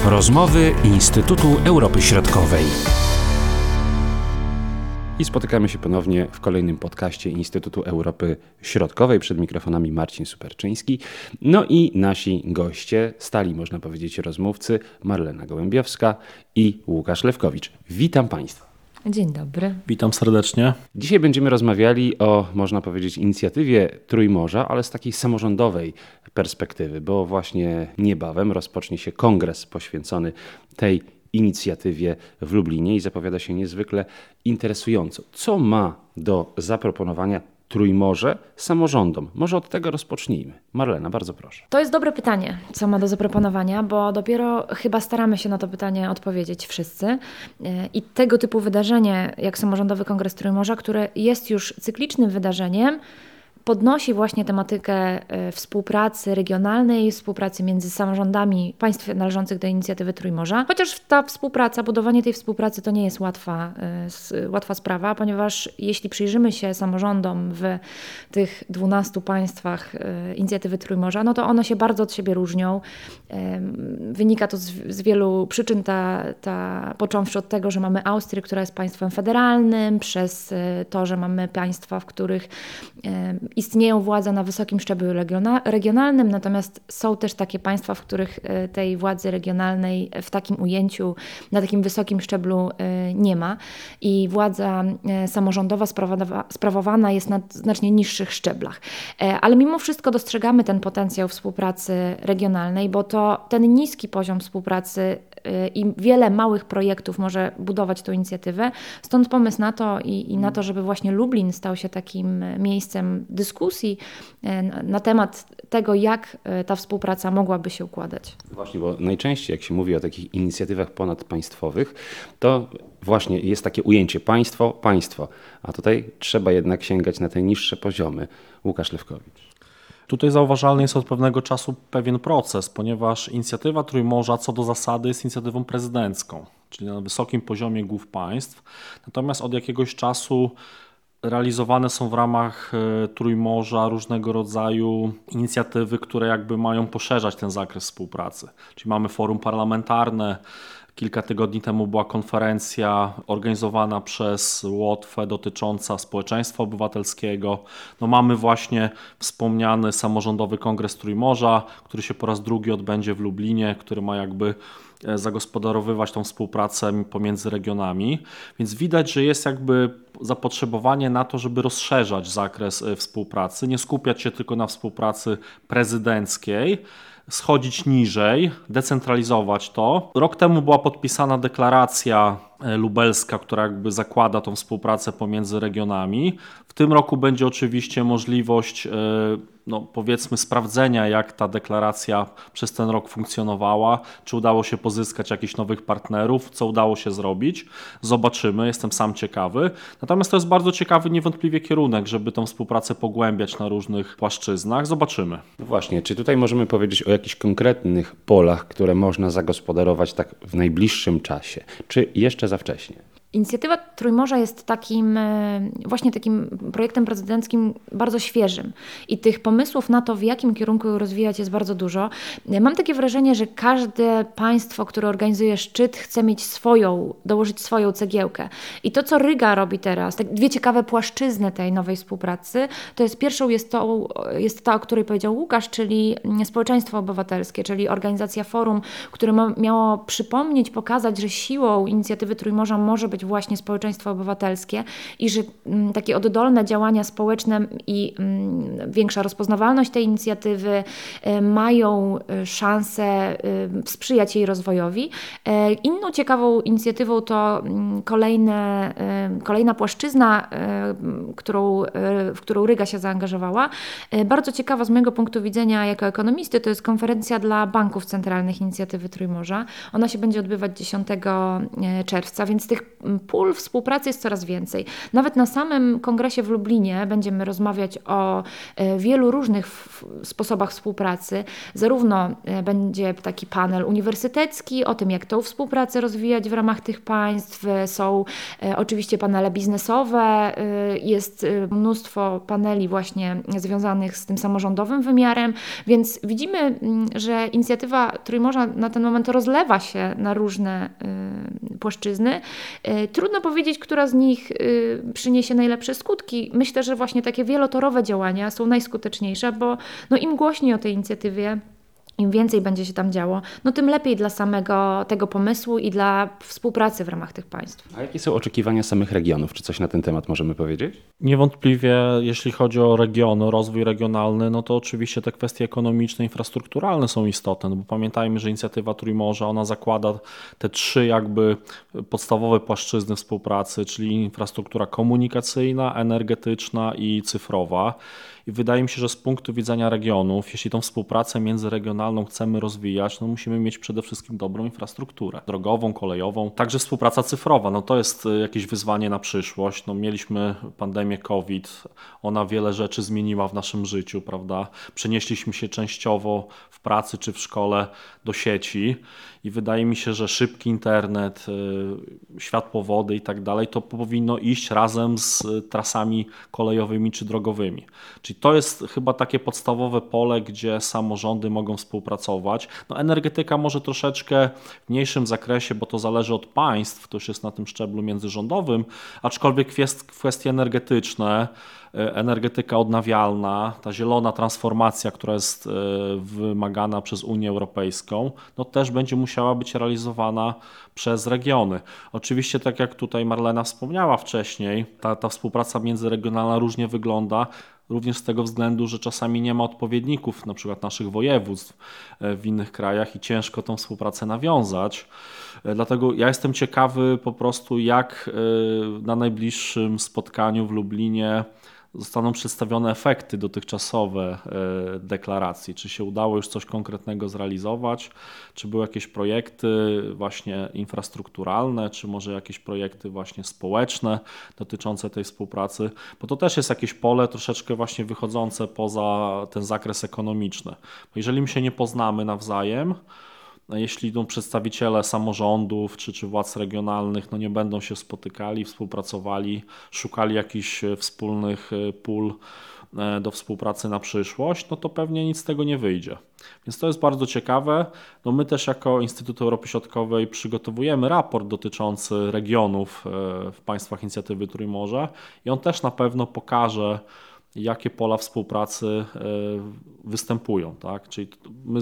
Rozmowy Instytutu Europy Środkowej. I spotykamy się ponownie w kolejnym podcaście Instytutu Europy Środkowej. Przed mikrofonami Marcin Superczyński. No i nasi goście, stali można powiedzieć rozmówcy, Marlena Gołębiowska i Łukasz Lewkowicz. Witam Państwa. Dzień dobry. Witam serdecznie. Dzisiaj będziemy rozmawiali o, można powiedzieć, inicjatywie Trójmorza, ale z takiej samorządowej perspektywy, bo właśnie niebawem rozpocznie się kongres poświęcony tej inicjatywie w Lublinie i zapowiada się niezwykle interesująco. Co ma do zaproponowania Trójmorze samorządom? Może od tego rozpocznijmy. Marlena, bardzo proszę. To jest dobre pytanie, co ma do zaproponowania, bo dopiero chyba staramy się na to pytanie odpowiedzieć wszyscy. I tego typu wydarzenie, jak Samorządowy Kongres Trójmorza, które jest już cyklicznym wydarzeniem, podnosi właśnie tematykę współpracy regionalnej, współpracy między samorządami państw należących do inicjatywy Trójmorza. Chociaż ta współpraca, budowanie tej współpracy to nie jest łatwa sprawa, ponieważ jeśli przyjrzymy się samorządom w tych 12 państwach inicjatywy Trójmorza, no to one się bardzo od siebie różnią. Wynika to z wielu przyczyn, począwszy od tego, że mamy Austrię, która jest państwem federalnym, przez to, że mamy państwa, w których istnieją władze na wysokim szczeblu regionalnym, natomiast są też takie państwa, w których tej władzy regionalnej w takim ujęciu, na takim wysokim szczeblu nie ma i władza samorządowa sprawowana jest na znacznie niższych szczeblach. Ale mimo wszystko dostrzegamy ten potencjał współpracy regionalnej, bo to ten niski poziom współpracy i wiele małych projektów może budować tą inicjatywę. Stąd pomysł na to i na to, żeby właśnie Lublin stał się takim miejscem dyskusji na temat tego, jak ta współpraca mogłaby się układać. Właśnie, bo najczęściej jak się mówi o takich inicjatywach ponadpaństwowych, to właśnie jest takie ujęcie państwo, a tutaj trzeba jednak sięgać na te niższe poziomy. Łukasz Lewkowicz. Tutaj zauważalny jest od pewnego czasu pewien proces, ponieważ inicjatywa Trójmorza co do zasady jest inicjatywą prezydencką, czyli na wysokim poziomie głów państw. Natomiast od jakiegoś czasu realizowane są w ramach Trójmorza różnego rodzaju inicjatywy, które jakby mają poszerzać ten zakres współpracy. Czyli mamy forum parlamentarne. Kilka tygodni temu była konferencja organizowana przez Łotwę dotycząca społeczeństwa obywatelskiego. No mamy właśnie wspomniany Samorządowy Kongres Trójmorza, który się po raz drugi odbędzie w Lublinie, który ma jakby zagospodarowywać tą współpracę pomiędzy regionami. Więc widać, że jest jakby zapotrzebowanie na to, żeby rozszerzać zakres współpracy, nie skupiać się tylko na współpracy prezydenckiej, schodzić niżej, decentralizować to. Rok temu była podpisana deklaracja lubelska, która jakby zakłada tą współpracę pomiędzy regionami. W tym roku będzie oczywiście możliwość powiedzmy sprawdzenia, jak ta deklaracja przez ten rok funkcjonowała, czy udało się pozyskać jakichś nowych partnerów, co udało się zrobić. Zobaczymy, jestem sam ciekawy. Natomiast to jest bardzo ciekawy niewątpliwie kierunek, żeby tą współpracę pogłębiać na różnych płaszczyznach. Zobaczymy. No właśnie, czy tutaj możemy powiedzieć o jakichś konkretnych polach, które można zagospodarować tak w najbliższym czasie, czy jeszcze za wcześnie? Inicjatywa Trójmorza jest takim projektem prezydenckim bardzo świeżym i tych pomysłów na to, w jakim kierunku ją rozwijać, jest bardzo dużo. Mam takie wrażenie, że każde państwo, które organizuje szczyt, chce mieć dołożyć swoją cegiełkę. I to, co Ryga robi teraz, tak dwie ciekawe płaszczyzny tej nowej współpracy, to jest pierwszą jest ta, o której powiedział Łukasz, czyli społeczeństwo obywatelskie, czyli organizacja forum, które miało przypomnieć, pokazać, że siłą inicjatywy Trójmorza może być właśnie społeczeństwo obywatelskie i że takie oddolne działania społeczne i większa rozpoznawalność tej inicjatywy mają szansę sprzyjać jej rozwojowi. Inną ciekawą inicjatywą to kolejna płaszczyzna, w którą Ryga się zaangażowała. Bardzo ciekawa z mojego punktu widzenia jako ekonomisty, to jest konferencja dla banków centralnych inicjatywy Trójmorza. Ona się będzie odbywać 10 czerwca, więc tych pól współpracy jest coraz więcej. Nawet na samym kongresie w Lublinie będziemy rozmawiać o wielu różnych sposobach współpracy. Zarówno będzie taki panel uniwersytecki o tym, jak tą współpracę rozwijać w ramach tych państw. Są oczywiście panele biznesowe, jest mnóstwo paneli właśnie związanych z tym samorządowym wymiarem, więc widzimy, że inicjatywa Trójmorza na ten moment rozlewa się na różne płaszczyzny. Trudno powiedzieć, która z nich przyniesie najlepsze skutki. Myślę, że właśnie takie wielotorowe działania są najskuteczniejsze, bo im głośniej o tej inicjatywie, im więcej będzie się tam działo, tym lepiej dla samego tego pomysłu i dla współpracy w ramach tych państw. A jakie są oczekiwania samych regionów? Czy coś na ten temat możemy powiedzieć? Niewątpliwie, jeśli chodzi o regiony, rozwój regionalny, to oczywiście te kwestie ekonomiczne, infrastrukturalne są istotne, bo pamiętajmy, że inicjatywa Trójmorza, ona zakłada te 3 jakby podstawowe płaszczyzny współpracy, czyli infrastruktura komunikacyjna, energetyczna i cyfrowa. I wydaje mi się, że z punktu widzenia regionów, jeśli tą współpracę międzyregionalną chcemy rozwijać, musimy mieć przede wszystkim dobrą infrastrukturę drogową, kolejową, także współpraca cyfrowa. To jest jakieś wyzwanie na przyszłość. Mieliśmy pandemię COVID, ona wiele rzeczy zmieniła w naszym życiu, prawda? Przenieśliśmy się częściowo w pracy czy w szkole do sieci i wydaje mi się, że szybki internet, światłowody i tak dalej, to powinno iść razem z trasami kolejowymi czy drogowymi. Czyli to jest chyba takie podstawowe pole, gdzie samorządy mogą współpracować. Energetyka może troszeczkę w mniejszym zakresie, bo to zależy od państw, to już jest na tym szczeblu międzyrządowym, aczkolwiek kwestie energetyczne, energetyka odnawialna, ta zielona transformacja, która jest wymagana przez Unię Europejską, też będzie musiała być realizowana przez regiony. Oczywiście, tak jak tutaj Marlena wspomniała wcześniej, ta współpraca międzyregionalna różnie wygląda, również z tego względu, że czasami nie ma odpowiedników, na przykład naszych województw w innych krajach i ciężko tą współpracę nawiązać. Dlatego ja jestem ciekawy po prostu, jak na najbliższym spotkaniu w Lublinie zostaną przedstawione efekty dotychczasowe deklaracji. Czy się udało już coś konkretnego zrealizować, czy były jakieś projekty właśnie infrastrukturalne, czy może jakieś projekty właśnie społeczne dotyczące tej współpracy, bo to też jest jakieś pole troszeczkę właśnie wychodzące poza ten zakres ekonomiczny. Bo jeżeli my się nie poznamy nawzajem, jeśli przedstawiciele samorządów czy władz regionalnych nie będą się spotykali, współpracowali, szukali jakichś wspólnych pól do współpracy na przyszłość, to pewnie nic z tego nie wyjdzie. Więc to jest bardzo ciekawe. My też jako Instytut Europy Środkowej przygotowujemy raport dotyczący regionów w państwach inicjatywy Trójmorza i on też na pewno pokaże, jakie pola współpracy występują, tak? Czyli my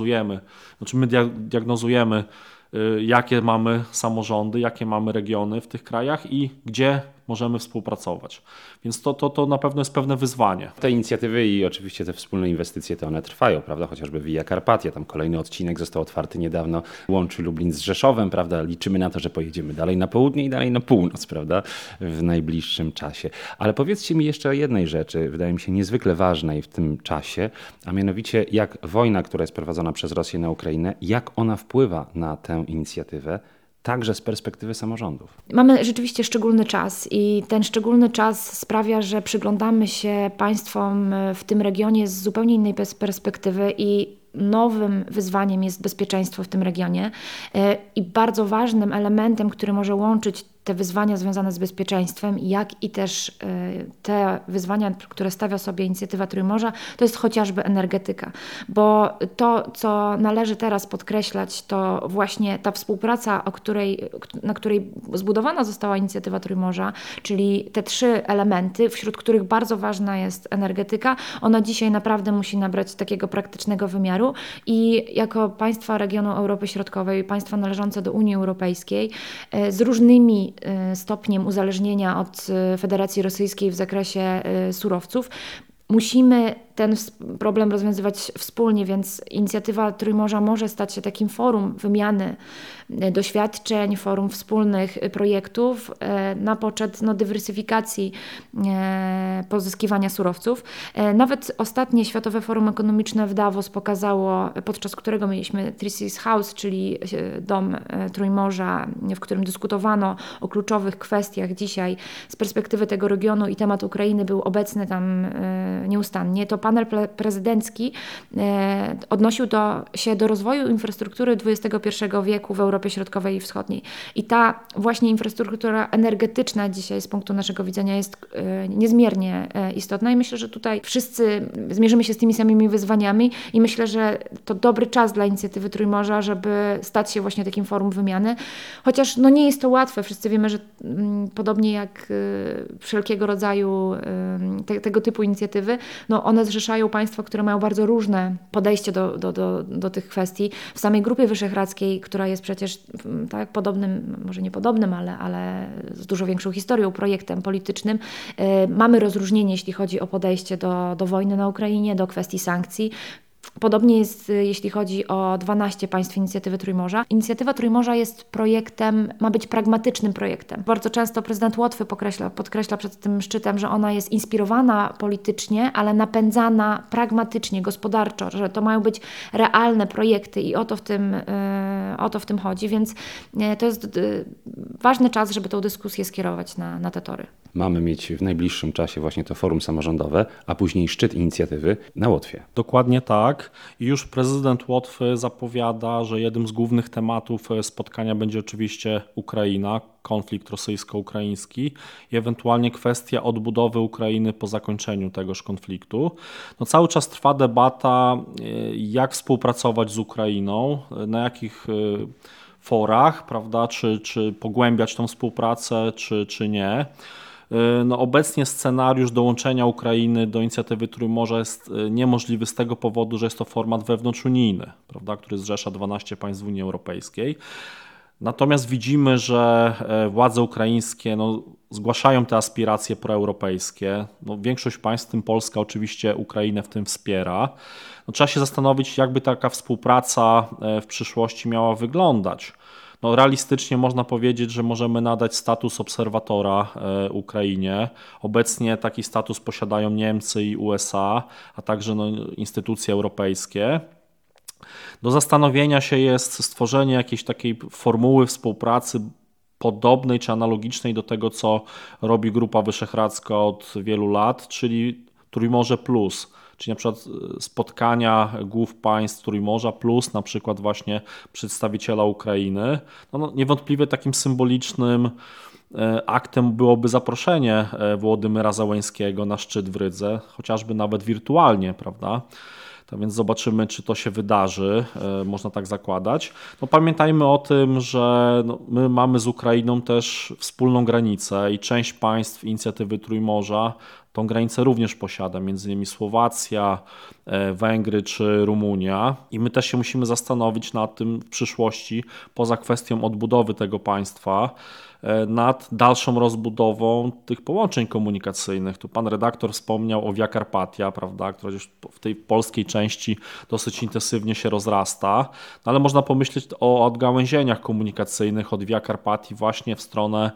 diagnozujemy, jakie mamy samorządy, jakie mamy regiony w tych krajach i gdzie możemy współpracować. Więc to na pewno jest pewne wyzwanie. Te inicjatywy i oczywiście te wspólne inwestycje to one trwają, prawda? Chociażby Via Carpatia, tam kolejny odcinek został otwarty niedawno, łączy Lublin z Rzeszowem, prawda? Liczymy na to, że pojedziemy dalej na południe i dalej na północ, prawda? W najbliższym czasie. Ale powiedzcie mi jeszcze o jednej rzeczy, wydaje mi się niezwykle ważnej w tym czasie, a mianowicie jak wojna, która jest prowadzona przez Rosję na Ukrainę, jak ona wpływa na tę inicjatywę, także z perspektywy samorządów. Mamy rzeczywiście szczególny czas i ten szczególny czas sprawia, że przyglądamy się państwom w tym regionie z zupełnie innej perspektywy i nowym wyzwaniem jest bezpieczeństwo w tym regionie i bardzo ważnym elementem, który może łączyć te wyzwania związane z bezpieczeństwem, jak i też te wyzwania, które stawia sobie inicjatywa Trójmorza, to jest chociażby energetyka. Bo to, co należy teraz podkreślać, to właśnie ta współpraca, na której zbudowana została inicjatywa Trójmorza, czyli te 3 elementy, wśród których bardzo ważna jest energetyka, ona dzisiaj naprawdę musi nabrać takiego praktycznego wymiaru i jako państwa regionu Europy Środkowej, państwa należące do Unii Europejskiej, z różnymi stopniem uzależnienia od Federacji Rosyjskiej w zakresie surowców, musimy ten problem rozwiązywać wspólnie, więc inicjatywa Trójmorza może stać się takim forum wymiany doświadczeń, forum wspólnych projektów na poczet dywersyfikacji pozyskiwania surowców. Nawet ostatnie Światowe Forum Ekonomiczne w Davos pokazało, podczas którego mieliśmy Three Seas House, czyli dom Trójmorza, w którym dyskutowano o kluczowych kwestiach dzisiaj z perspektywy tego regionu i temat Ukrainy był obecny tam nieustannie. To panel prezydencki odnosił się do rozwoju infrastruktury XXI wieku w Europie Środkowej i Wschodniej. I ta właśnie infrastruktura energetyczna dzisiaj z punktu naszego widzenia jest niezmiernie istotna i myślę, że tutaj wszyscy zmierzymy się z tymi samymi wyzwaniami i myślę, że to dobry czas dla inicjatywy Trójmorza, żeby stać się właśnie takim forum wymiany. Chociaż nie jest to łatwe. Wszyscy wiemy, że podobnie jak wszelkiego rodzaju tego typu inicjatywy, one zrzeszają państwa, które mają bardzo różne podejście do tych kwestii. W samej Grupie Wyszehradzkiej, która jest przecież tak podobnym, może nie podobnym, ale z dużo większą historią, projektem politycznym, mamy rozróżnienie, jeśli chodzi o podejście do wojny na Ukrainie, do kwestii sankcji. Podobnie jest, jeśli chodzi o 12 państw inicjatywy Trójmorza. Inicjatywa Trójmorza jest projektem, ma być pragmatycznym projektem. Bardzo często prezydent Łotwy podkreśla przed tym szczytem, że ona jest inspirowana politycznie, ale napędzana pragmatycznie, gospodarczo, że to mają być realne projekty i o to w tym chodzi, więc to jest ważny czas, żeby tę dyskusję skierować na te tory. Mamy mieć w najbliższym czasie właśnie to forum samorządowe, a później szczyt inicjatywy na Łotwie. Dokładnie tak. I już prezydent Łotwy zapowiada, że jednym z głównych tematów spotkania będzie oczywiście Ukraina, konflikt rosyjsko-ukraiński i ewentualnie kwestia odbudowy Ukrainy po zakończeniu tegoż konfliktu. Cały czas trwa debata, jak współpracować z Ukrainą, na jakich forach, prawda, czy pogłębiać tą współpracę, czy nie. Obecnie scenariusz dołączenia Ukrainy do inicjatywy Trójmorza jest niemożliwy z tego powodu, że jest to format wewnątrzunijny, prawda, który zrzesza 12 państw Unii Europejskiej. Natomiast widzimy, że władze ukraińskie zgłaszają te aspiracje proeuropejskie. Większość państw, w tym Polska, oczywiście Ukrainę w tym wspiera. Trzeba się zastanowić, jakby taka współpraca w przyszłości miała wyglądać. Realistycznie można powiedzieć, że możemy nadać status obserwatora Ukrainie. Obecnie taki status posiadają Niemcy i USA, a także instytucje europejskie. Do zastanowienia się jest stworzenie jakiejś takiej formuły współpracy podobnej czy analogicznej do tego, co robi Grupa Wyszehradzka od wielu lat, czyli Trójmorze Plus. Czyli na przykład spotkania głów państw Trójmorza plus na przykład właśnie przedstawiciela Ukrainy. Niewątpliwie takim symbolicznym aktem byłoby zaproszenie Wołodymyra Zełenskiego na szczyt w Rydze, chociażby nawet wirtualnie, prawda? To więc zobaczymy, czy to się wydarzy, można tak zakładać. Pamiętajmy o tym, że my mamy z Ukrainą też wspólną granicę i część państw inicjatywy Trójmorza tą granicę również posiada, m.in. Słowacja, Węgry czy Rumunia. I my też się musimy zastanowić nad tym w przyszłości, poza kwestią odbudowy tego państwa, nad dalszą rozbudową tych połączeń komunikacyjnych. Tu pan redaktor wspomniał o Via Carpatia, prawda, która już w tej polskiej części dosyć intensywnie się rozrasta, ale można pomyśleć o odgałęzieniach komunikacyjnych od Via Carpatii właśnie w stronę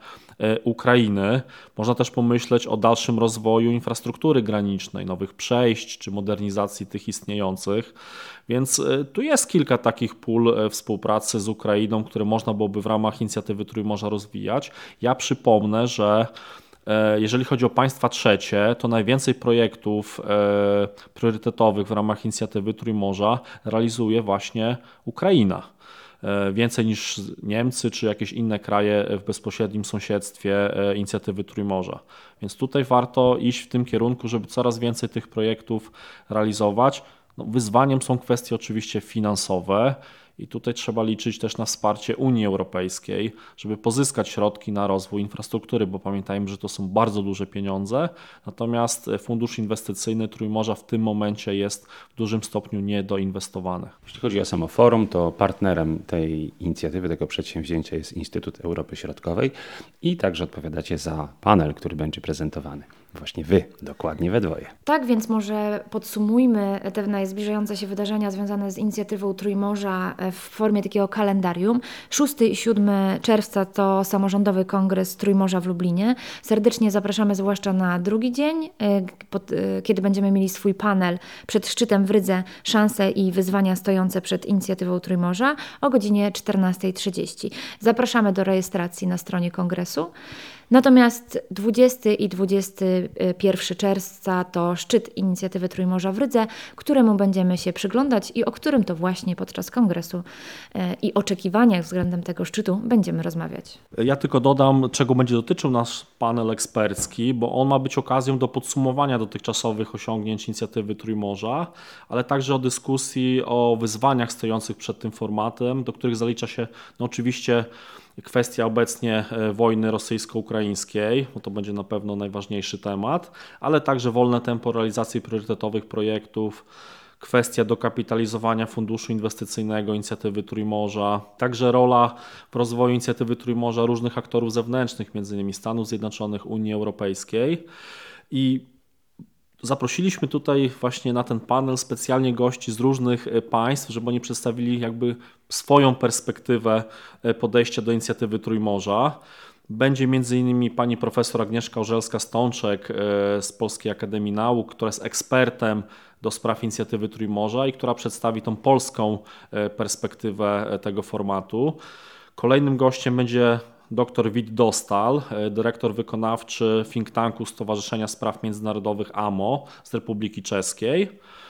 Ukrainy. Można też pomyśleć o dalszym rozwoju infrastruktury granicznej, nowych przejść czy modernizacji tych istniejących. Więc tu jest kilka takich pól współpracy z Ukrainą, które można byłoby w ramach inicjatywy Trójmorza rozwijać. Ja przypomnę, że jeżeli chodzi o państwa trzecie, to najwięcej projektów priorytetowych w ramach inicjatywy Trójmorza realizuje właśnie Ukraina. Więcej niż Niemcy czy jakieś inne kraje w bezpośrednim sąsiedztwie inicjatywy Trójmorza. Więc tutaj warto iść w tym kierunku, żeby coraz więcej tych projektów realizować. Wyzwaniem są kwestie oczywiście finansowe i tutaj trzeba liczyć też na wsparcie Unii Europejskiej, żeby pozyskać środki na rozwój infrastruktury, bo pamiętajmy, że to są bardzo duże pieniądze, natomiast fundusz inwestycyjny Trójmorza w tym momencie jest w dużym stopniu niedoinwestowany. Jeśli chodzi o samo forum, to partnerem tej inicjatywy, tego przedsięwzięcia jest Instytut Europy Środkowej i także odpowiadacie za panel, który będzie prezentowany. Właśnie wy, dokładnie we dwoje. Tak, więc może podsumujmy te najzbliżające się wydarzenia związane z inicjatywą Trójmorza w formie takiego kalendarium. 6 i 7 czerwca to samorządowy kongres Trójmorza w Lublinie. Serdecznie zapraszamy zwłaszcza na drugi dzień, kiedy będziemy mieli swój panel przed szczytem w Rydze, szanse i wyzwania stojące przed inicjatywą Trójmorza o godzinie 14:30. Zapraszamy do rejestracji na stronie kongresu. Natomiast 20 i 21 czerwca to szczyt inicjatywy Trójmorza w Rydze, któremu będziemy się przyglądać i o którym to właśnie podczas kongresu i oczekiwaniach względem tego szczytu będziemy rozmawiać. Ja tylko dodam, czego będzie dotyczył nasz panel ekspercki, bo on ma być okazją do podsumowania dotychczasowych osiągnięć inicjatywy Trójmorza, ale także o dyskusji o wyzwaniach stojących przed tym formatem, do których zalicza się oczywiście kwestia obecnie wojny rosyjsko-ukraińskiej, bo to będzie na pewno najważniejszy temat, ale także wolne tempo realizacji priorytetowych projektów, kwestia dokapitalizowania funduszu inwestycyjnego inicjatywy Trójmorza, także rola w rozwoju inicjatywy Trójmorza różnych aktorów zewnętrznych, m.in. Stanów Zjednoczonych, Unii Europejskiej. I zaprosiliśmy tutaj właśnie na ten panel specjalnie gości z różnych państw, żeby oni przedstawili jakby swoją perspektywę podejścia do inicjatywy Trójmorza. Będzie m.in. pani profesor Agnieszka Orzelska-Stączek z Polskiej Akademii Nauk, która jest ekspertem do spraw inicjatywy Trójmorza i która przedstawi tą polską perspektywę tego formatu. Kolejnym gościem będzie dr Wit Dostal, dyrektor wykonawczy think tanku Stowarzyszenia Spraw Międzynarodowych AMO z Republiki Czeskiej.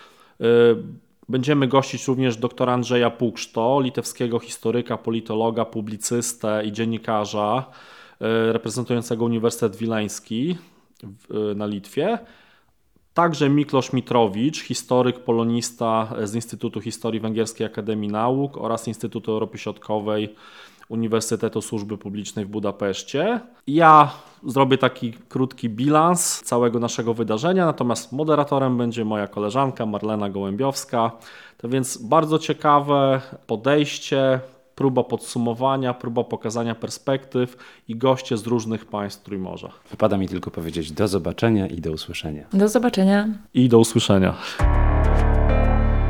Będziemy gościć również doktora Andrzeja Pukszto, litewskiego historyka, politologa, publicystę i dziennikarza reprezentującego Uniwersytet Wileński na Litwie. Także Miklosz Mitrowicz, historyk, polonista z Instytutu Historii Węgierskiej Akademii Nauk oraz Instytutu Europy Środkowej Uniwersytetu Służby Publicznej w Budapeszcie. Ja zrobię taki krótki bilans całego naszego wydarzenia, natomiast moderatorem będzie moja koleżanka Marlena Gołębiowska. To więc bardzo ciekawe podejście, próba podsumowania, próba pokazania perspektyw i goście z różnych państw Trójmorza. Wypada mi tylko powiedzieć do zobaczenia i do usłyszenia. Do zobaczenia. I do usłyszenia.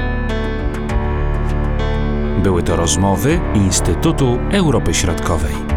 Były to rozmowy Instytutu Europy Środkowej.